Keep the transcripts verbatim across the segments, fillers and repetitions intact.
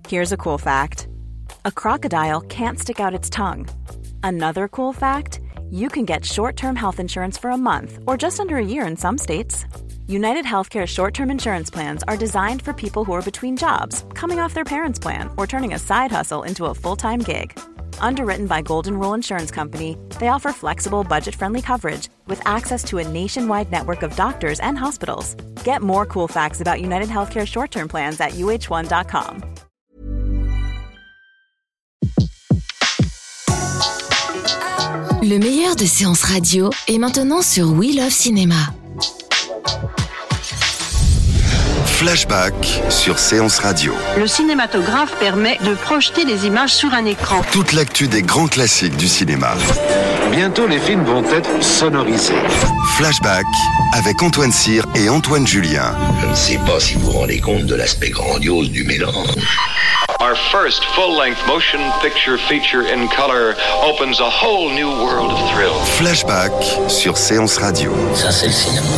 Here's a cool fact. A crocodile can't stick out its tongue. Another cool fact, you can get short-term health insurance for a month or just under a year in some states. United Healthcare short-term insurance plans are designed for people who are between jobs, coming off their parents' plan, or turning a side hustle into a full-time gig. Underwritten by Golden Rule Insurance Company, they offer flexible, budget-friendly coverage with access to a nationwide network of doctors and hospitals. Get more cool facts about United Healthcare short-term plans at U H one dot com. Le meilleur de séances radio est maintenant sur We Love Cinéma. Flashback sur Séance Radio. Le cinématographe permet de projeter les images sur un écran. Toute l'actu des grands classiques du cinéma. Bientôt, les films vont être sonorisés. Flashback avec Antoine Cyr et Antoine Julien. Je ne sais pas si vous vous rendez compte de l'aspect grandiose du mélange. Our first full-length motion picture feature in color opens a whole new world of thrill. Flashback sur Séance Radio. Ça, c'est le cinéma.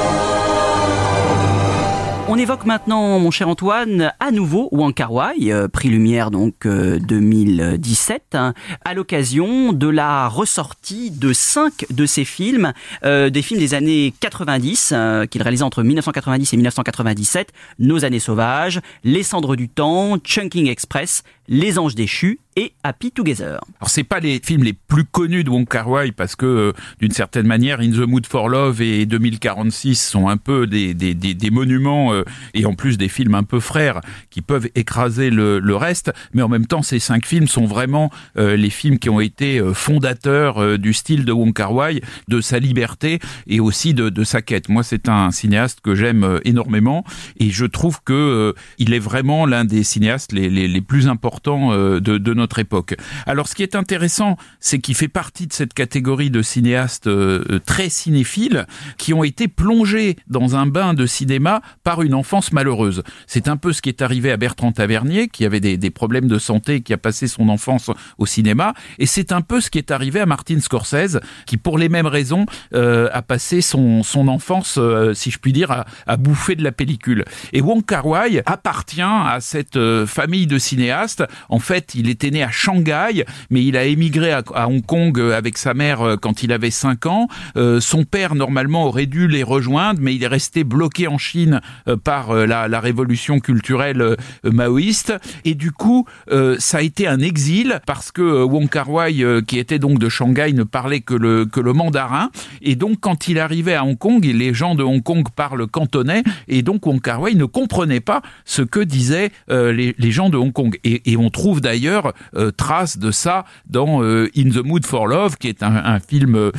On évoque maintenant, mon cher Antoine, à nouveau Wong Kar-wai, euh, prix Lumière donc euh, deux mille dix-sept, hein, à l'occasion de la ressortie de cinq de ses films, euh, des films des années quatre-vingt-dix, euh, qu'il réalisait entre dix-neuf cent quatre-vingt-dix et dix-neuf cent quatre-vingt-dix-sept, Nos années sauvages, Les cendres du temps, Chungking Express, Les anges déchus et Happy Together. Alors c'est pas les films les plus connus de Wong Kar-wai parce que euh, d'une certaine manière In the Mood for Love et deux mille quarante-six sont un peu des des des, des monuments euh, et en plus des films un peu frères qui peuvent écraser le le reste, mais en même temps ces cinq films sont vraiment euh, les films qui ont été euh, fondateurs euh, du style de Wong Kar-wai, de sa liberté et aussi de de sa quête. Moi c'est un cinéaste que j'aime euh, énormément et je trouve que euh, il est vraiment l'un des cinéastes les les les plus importants euh, de de notre époque. Alors ce qui est intéressant, c'est qu'il fait partie de cette catégorie de cinéastes euh, très cinéphiles qui ont été plongés dans un bain de cinéma par une enfance malheureuse. C'est un peu ce qui est arrivé à Bertrand Tavernier, qui avait des, des problèmes de santé, qui a passé son enfance au cinéma, et c'est un peu ce qui est arrivé à Martin Scorsese, qui pour les mêmes raisons euh, a passé son, son enfance, euh, si je puis dire, à, à bouffer de la pellicule. Et Wong Kar-wai appartient à cette euh, famille de cinéastes. En fait, il était né à Shanghai, mais il a émigré à, à Hong Kong avec sa mère quand il avait cinq ans. Euh, son père, normalement, aurait dû les rejoindre, mais il est resté bloqué en Chine euh, par euh, la, la révolution culturelle euh, maoïste. Et du coup, euh, ça a été un exil, parce que euh, Wong Kar-wai, euh, qui était donc de Shanghai, ne parlait que le, que le mandarin. Et donc, quand il arrivait à Hong Kong, les gens de Hong Kong parlent cantonais, et donc Wong Kar-wai ne comprenait pas ce que disaient euh, les, les gens de Hong Kong. Et, et on trouve d'ailleurs Euh, trace de ça dans euh, In the Mood for Love, qui est un, un film euh,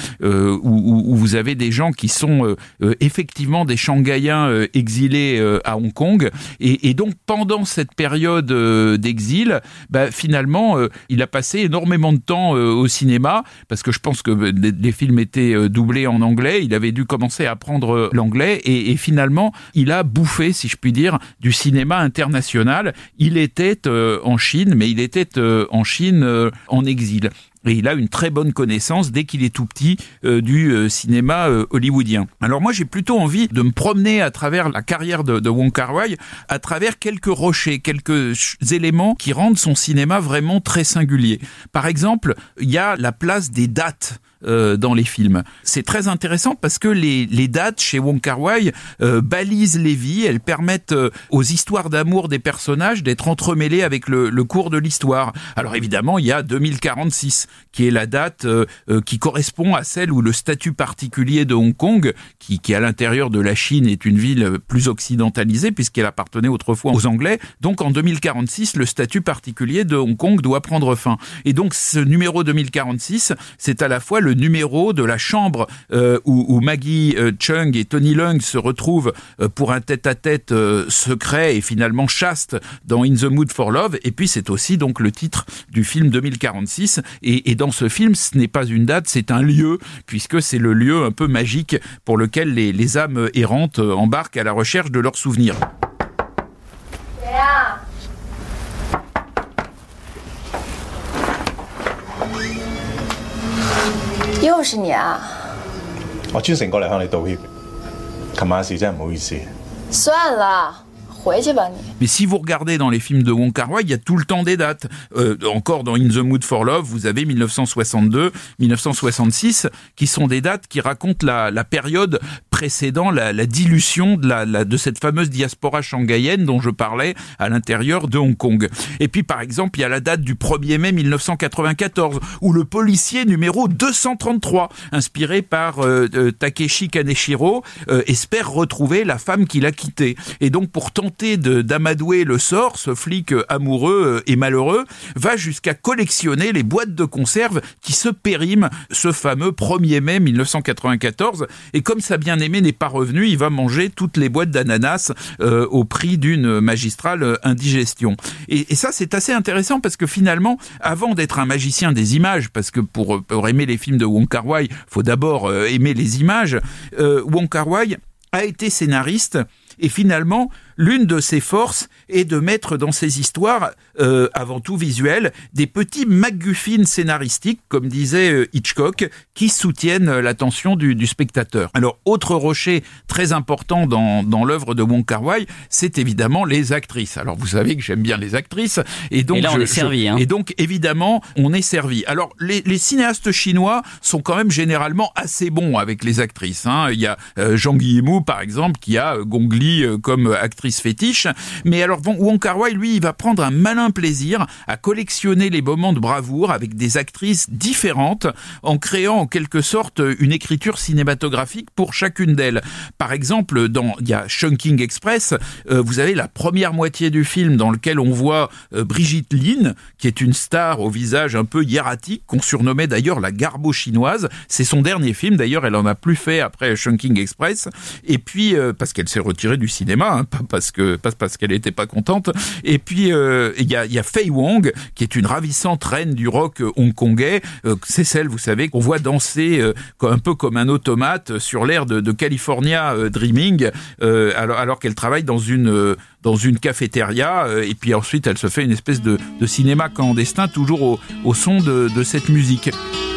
où, où vous avez des gens qui sont euh, euh, effectivement des Shanghaïens euh, exilés euh, à Hong Kong, et, et donc pendant cette période euh, d'exil, bah, finalement euh, il a passé énormément de temps euh, au cinéma, parce que je pense que euh, les, les films étaient euh, doublés en anglais, il avait dû commencer à apprendre euh, l'anglais, et, et finalement il a bouffé, si je puis dire, du cinéma international. Il était euh, en Chine, mais il était euh, en Chine euh, en exil. Et il a une très bonne connaissance, dès qu'il est tout petit, euh, du euh, cinéma euh, hollywoodien. Alors moi, j'ai plutôt envie de me promener à travers la carrière de, de Wong Kar-wai, à travers quelques rochers, quelques ch- éléments qui rendent son cinéma vraiment très singulier. Par exemple, il y a la place des dates Euh, dans les films. C'est très intéressant parce que les, les dates chez Wong Kar-wai euh, balisent les vies, elles permettent euh, aux histoires d'amour des personnages d'être entremêlées avec le, le cours de l'histoire. Alors évidemment, il y a deux mille quarante-six, qui est la date euh, euh, qui correspond à celle où le statut particulier de Hong Kong, qui, qui à l'intérieur de la Chine est une ville plus occidentalisée puisqu'elle appartenait autrefois aux Anglais. Donc en deux mille quarante-six, le statut particulier de Hong Kong doit prendre fin. Et donc ce numéro deux mille quarante-six, c'est à la fois le le numéro de la chambre euh, où, où Maggie euh, Cheung et Tony Leung se retrouvent euh, pour un tête-à-tête euh, secret et finalement chaste dans In the Mood for Love, et puis c'est aussi donc le titre du film deux mille quarante-six, et, et dans ce film ce n'est pas une date, c'est un lieu, puisque c'est le lieu un peu magique pour lequel les, les âmes errantes embarquent à la recherche de leurs souvenirs. Yeah. 又是你啊！ 我專程過嚟向你道歉，琴晚嘅事真係唔好意思。 算了， Mais si vous regardez dans les films de Wong Kar-wai, il y a tout le temps des dates. Euh, encore dans In the Mood for Love, vous avez dix-neuf cent soixante-deux, dix-neuf cent soixante-six, qui sont des dates qui racontent la, la période précédant la, la dilution de, la, la, de cette fameuse diaspora shanghaïenne dont je parlais à l'intérieur de Hong Kong. Et puis par exemple, il y a la date du premier mai mille neuf cent quatre-vingt-quatorze, où le policier numéro deux cent trente-trois, inspiré par euh, euh, Takeshi Kaneshiro, euh, espère retrouver la femme qu'il a quittée. Et donc pour tenter de, d'amadouer le sort, ce flic amoureux et malheureux va jusqu'à collectionner les boîtes de conserve qui se périment ce fameux premier mai mille neuf cent quatre-vingt-quatorze. Et comme sa bien-aimée n'est pas revenue, il va manger toutes les boîtes d'ananas euh, au prix d'une magistrale indigestion. Et, et ça, c'est assez intéressant parce que finalement, avant d'être un magicien des images, parce que pour, pour aimer les films de Wong Kar-wai, il faut d'abord euh, aimer les images, euh, Wong Kar-wai a été scénariste. Et finalement, l'une de ses forces est de mettre dans ses histoires, euh, avant tout visuelles, des petits MacGuffins scénaristiques, comme disait euh, Hitchcock, qui soutiennent l'attention du, du spectateur. Alors, autre rocher très important dans, dans l'œuvre de Wong Kar-wai, c'est évidemment les actrices. Alors, vous savez que j'aime bien les actrices. Et donc, et là, on je, est servi. je, hein. Et donc, évidemment, on est servi. Alors, les, les cinéastes chinois sont quand même généralement assez bons avec les actrices. Hein. Il y a euh, Zhang Yimou, par exemple, qui a euh, Gong Li comme actrice fétiche. Mais alors, Wong Kar-wai, lui, il va prendre un malin plaisir à collectionner les moments de bravoure avec des actrices différentes en créant en quelque sorte une écriture cinématographique pour chacune d'elles. Par exemple, dans, il y a Chungking Express, euh, vous avez la première moitié du film dans lequel on voit euh, Brigitte Lin, qui est une star au visage un peu hiératique, qu'on surnommait d'ailleurs la Garbo chinoise. C'est son dernier film, d'ailleurs, elle en a plus fait après Chungking Express. Et puis, euh, parce qu'elle s'est retirée du cinéma, hein, pas parce que pas parce qu'elle était pas contente. Et puis il euh, y a il y a Fei Wong qui est une ravissante reine du rock hongkongais. Euh, c'est celle, vous savez, qu'on voit danser euh, un peu comme un automate sur l'air de, de California euh, Dreaming, euh, alors alors qu'elle travaille dans une euh, dans une cafétéria. Euh, et puis ensuite elle se fait une espèce de, de cinéma clandestin, toujours au, au son de, de cette musique.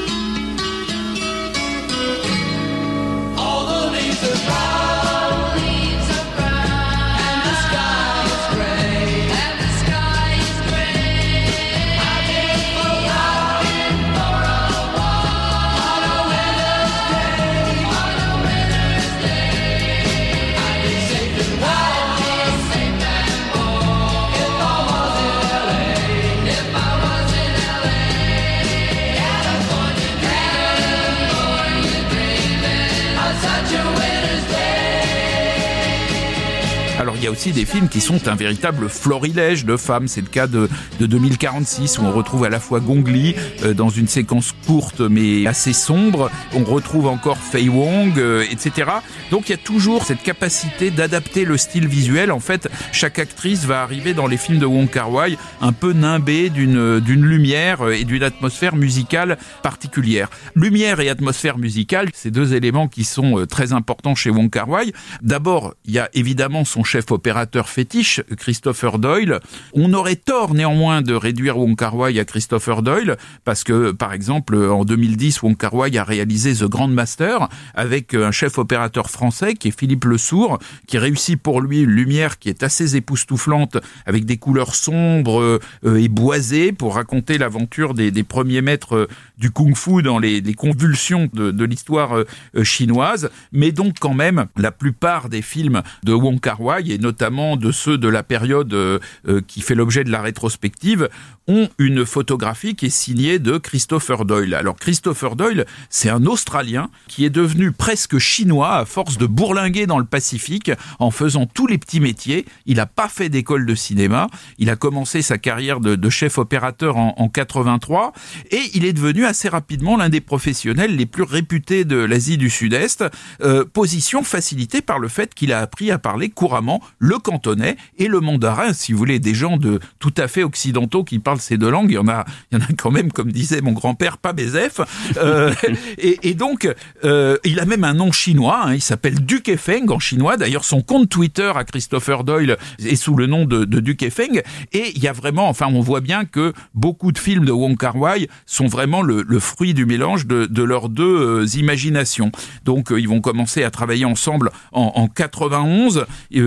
Alors il y a aussi des films qui sont un véritable florilège de femmes. C'est le cas de, de deux mille quarante-six où on retrouve à la fois Gong Li euh, dans une séquence courte mais assez sombre. On retrouve encore Fei Wong, euh, et cetera. Donc il y a toujours cette capacité d'adapter le style visuel. En fait, chaque actrice va arriver dans les films de Wong Kar-wai un peu nimbée d'une, d'une lumière et d'une atmosphère musicale particulière. Lumière et atmosphère musicale, c'est deux éléments qui sont très importants chez Wong Kar-wai. D'abord, il y a évidemment son chef opérateur fétiche, Christopher Doyle. On aurait tort néanmoins de réduire Wong Kar-wai à Christopher Doyle, parce que, par exemple, en deux mille dix, Wong Kar-wai a réalisé The Grandmaster avec un chef opérateur français qui est Philippe Lesourd, qui réussit pour lui une lumière qui est assez époustouflante, avec des couleurs sombres euh, et boisées, pour raconter l'aventure des, des premiers maîtres du kung-fu dans les, les convulsions de, de l'histoire euh, chinoise. Mais donc, quand même, la plupart des films de Wong Kar-wai, et notamment de ceux de la période euh, qui fait l'objet de la rétrospective, ont une photographie qui est signée de Christopher Doyle. Alors Christopher Doyle, c'est un Australien qui est devenu presque chinois à force de bourlinguer dans le Pacifique en faisant tous les petits métiers. Il n'a pas fait d'école de cinéma. Il a commencé sa carrière de, de chef opérateur en, en quatre-vingt-trois et il est devenu assez rapidement l'un des professionnels les plus réputés de l'Asie du Sud-Est, euh, position facilitée par le fait qu'il a appris à parler couramment le cantonais et le mandarin. Si vous voulez, des gens de tout à fait occidentaux qui parlent ces deux langues, il y en a, il y en a quand même, comme disait mon grand-père, pas Bézef. Euh, et, et donc, euh, il a même un nom chinois, hein, il s'appelle Duc Feng en chinois. D'ailleurs, son compte Twitter à Christopher Doyle est sous le nom de, de Duc Feng. Et il y a vraiment, enfin, on voit bien que beaucoup de films de Wong Kar-wai sont vraiment le, le fruit du mélange de, de leurs deux euh, imaginations. Donc, euh, ils vont commencer à travailler ensemble en, en quatre-vingt-onze euh, pour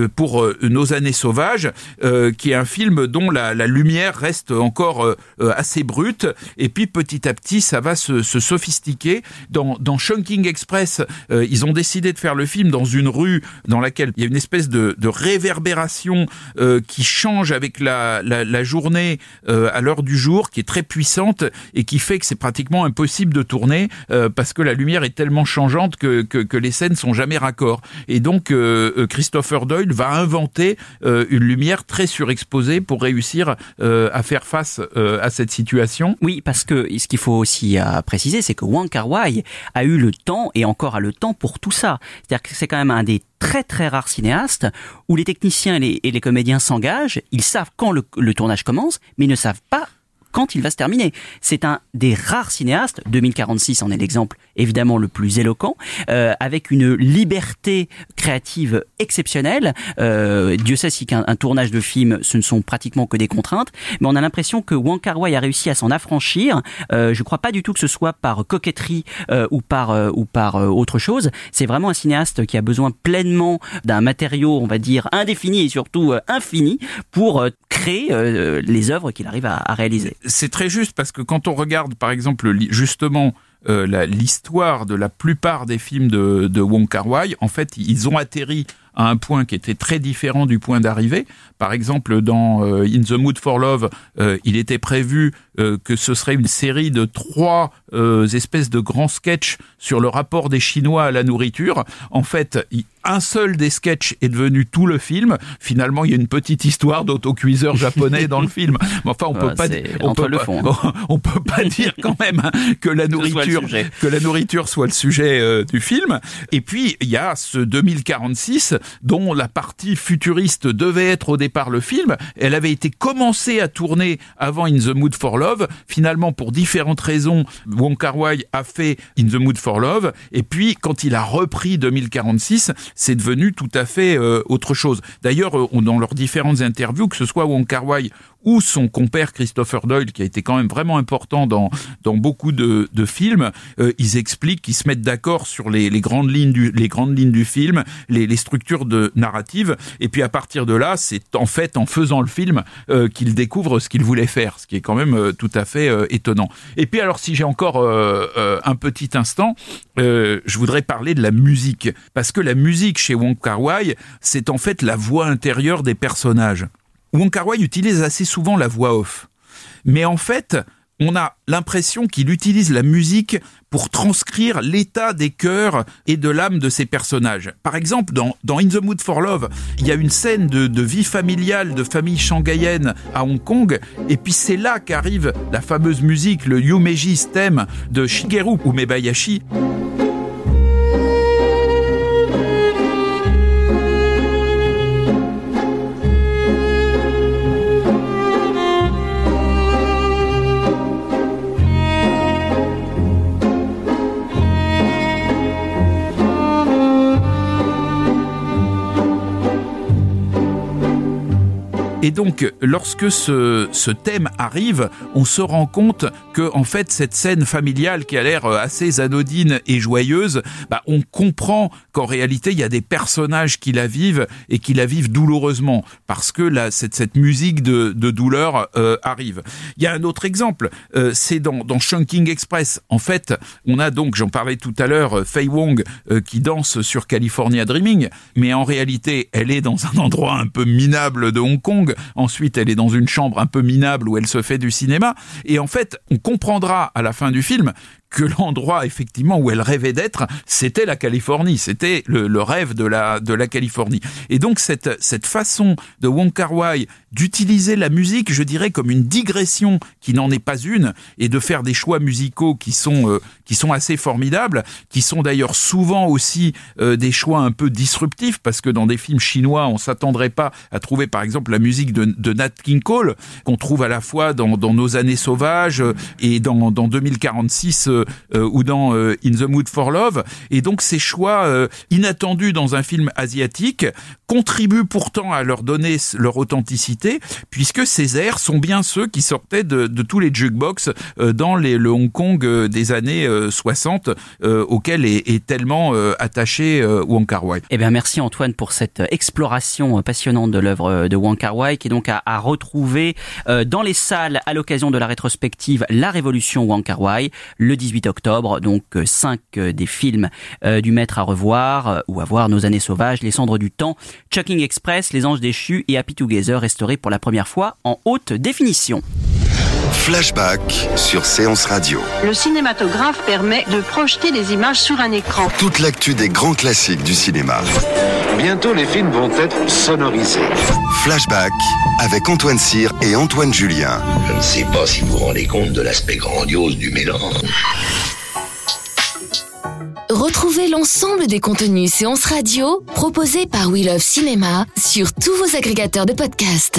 euh, Nos années sauvages, euh, qui est un film dont la, la lumière reste encore euh, assez brute, et puis petit à petit ça va se, se sophistiquer. Dans, dans Chungking Express, euh, ils ont décidé de faire le film dans une rue dans laquelle il y a une espèce de, de réverbération euh, qui change avec la, la, la journée euh, à l'heure du jour, qui est très puissante et qui fait que c'est pratiquement impossible de tourner euh, parce que la lumière est tellement changeante que, que, que les scènes sont jamais raccord. Et donc euh, Christopher Doyle va inventer euh, une lumière très surexposée pour réussir euh, à faire face euh, à cette situation. Oui, parce que ce qu'il faut aussi euh, préciser, c'est que Wong Kar-wai a eu le temps et encore a le temps pour tout ça. C'est-à-dire que c'est quand même un des très très rares cinéastes où les techniciens et les, et les comédiens s'engagent, ils savent quand le, le tournage commence, mais ils ne savent pas quand il va se terminer. C'est un des rares cinéastes, deux mille quarante-six en est l'exemple évidemment le plus éloquent, euh, avec une liberté créative exceptionnelle. Euh, Dieu sait si qu'un un tournage de film, ce ne sont pratiquement que des contraintes, mais on a l'impression que Wong Kar-wai a réussi à s'en affranchir. Euh, je ne crois pas du tout que ce soit par coquetterie euh, ou par, euh, ou par euh, autre chose. C'est vraiment un cinéaste qui a besoin pleinement d'un matériau, on va dire, indéfini et surtout euh, infini pour euh, créer euh, les œuvres qu'il arrive à, à réaliser. C'est très juste parce que quand on regarde par exemple justement euh, la, l'histoire de la plupart des films de, de Wong Kar-wai, en fait ils ont atterri à un point qui était très différent du point d'arrivée. Par exemple, dans euh, In the Mood for Love, euh, il était prévu euh, que ce serait une série de trois euh, espèces de grands sketchs sur le rapport des Chinois à la nourriture. En fait, il, un seul des sketchs est devenu tout le film. Finalement, il y a une petite histoire d'autocuiseur japonais dans le film. Mais enfin, on peut ah, pas, on peut le pas, fond, hein. on peut pas dire quand même hein, que la nourriture, que la nourriture soit le sujet euh, du film. Et puis, il y a ce deux mille quarante-six dont la partie futuriste devait être au départ le film. Elle avait été commencée à tourner avant In the Mood for Love. Finalement, pour différentes raisons, Wong Kar-wai a fait In the Mood for Love. Et puis, quand il a repris deux mille quarante-six, c'est devenu tout à fait euh, autre chose. D'ailleurs, euh, dans leurs différentes interviews, que ce soit Wong Kar-wai ou son compère Christopher Doyle, qui a été quand même vraiment important dans dans beaucoup de, de films, euh, ils expliquent qu'ils se mettent d'accord sur les, les grandes lignes du les grandes lignes du film, les, les structures de narrative, et puis à partir de là, c'est en fait en faisant le film euh, qu'ils découvrent ce qu'ils voulaient faire, ce qui est quand même euh, tout à fait euh, étonnant. Et puis alors, si j'ai encore euh, euh, un petit instant, euh, je voudrais parler de la musique, parce que la musique chez Wong Kar-wai, c'est en fait la voix intérieure des personnages. Wong Kar-wai utilise assez souvent la voix off. Mais en fait, on a l'impression qu'il utilise la musique pour transcrire l'état des cœurs et de l'âme de ses personnages. Par exemple, dans, dans In the Mood for Love, il y a une scène de, de vie familiale de famille shanghaïenne à Hong Kong, et puis c'est là qu'arrive la fameuse musique, le Yumeji's theme de Shigeru Umebayashi. Et donc, lorsque ce, ce thème arrive, on se rend compte que, en fait, cette scène familiale qui a l'air assez anodine et joyeuse, bah, on comprend qu'en réalité, il y a des personnages qui la vivent et qui la vivent douloureusement parce que la, cette, cette musique de, de douleur euh, arrive. Il y a un autre exemple, euh, c'est dans, dans Chungking Express. En fait, on a donc, j'en parlais tout à l'heure, Faye Wong euh, qui danse sur California Dreaming, mais en réalité, elle est dans un endroit un peu minable de Hong Kong. Ensuite, elle est dans une chambre un peu minable où elle se fait du cinéma. Et en fait, on comprendra à la fin du film que l'endroit, effectivement, où elle rêvait d'être, c'était la Californie. C'était le, le rêve de la, de la Californie. Et donc, cette, cette façon de Wong Kar-wai d'utiliser la musique, je dirais, comme une digression qui n'en est pas une, et de faire des choix musicaux qui sont, euh, qui sont assez formidables, qui sont d'ailleurs souvent aussi euh, des choix un peu disruptifs, parce que dans des films chinois, on s'attendrait pas à trouver, par exemple, la musique de, de Nat King Cole, qu'on trouve à la fois dans, dans Nos années sauvages et dans, dans deux mille quarante-six, euh, ou dans euh, In the Mood for Love. Et donc ces choix euh, inattendus dans un film asiatique contribuent pourtant à leur donner leur authenticité, puisque ces airs sont bien ceux qui sortaient de, de tous les jukebox euh, dans les, le Hong Kong euh, des années euh, soixante, euh, auquel est, est tellement euh, attaché euh, Wong Kar-wai. Eh bien, merci Antoine pour cette exploration passionnante de l'œuvre de Wong Kar-wai, qui est donc à, à retrouver euh, dans les salles à l'occasion de la rétrospective La Révolution Wong Kar-wai le dix-huit octobre. Donc euh, cinq euh, des films euh, du maître à revoir euh, ou à voir: Nos années sauvages, Les cendres du temps, Chungking Express, Les anges déchus et Happy Together, restaurés pour la première fois en haute définition. Flashback sur Séance Radio. Le cinématographe permet de projeter les images sur un écran. Toute l'actu des grands classiques du cinéma. Bientôt, les films vont être sonorisés. Flashback avec Antoine Cyr et Antoine Julien. Je ne sais pas si vous vous rendez compte de l'aspect grandiose du mélange. Retrouvez l'ensemble des contenus Séance Radio proposés par We Love Cinéma sur tous vos agrégateurs de podcasts.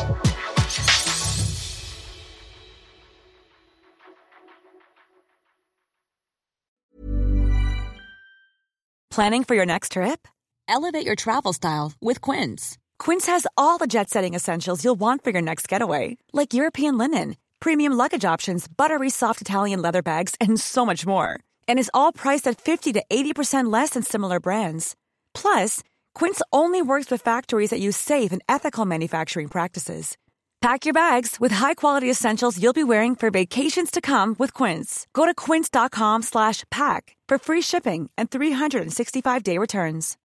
Planning for your next trip? Elevate your travel style with Quince. Quince has all the jet-setting essentials you'll want for your next getaway, like European linen, premium luggage options, buttery soft Italian leather bags, and so much more. And is all priced at fifty to eighty percent less than similar brands. Plus, Quince only works with factories that use safe and ethical manufacturing practices. Pack your bags with high-quality essentials you'll be wearing for vacations to come with Quince. Go to quince.com slash pack for free shipping and three sixty-five day returns.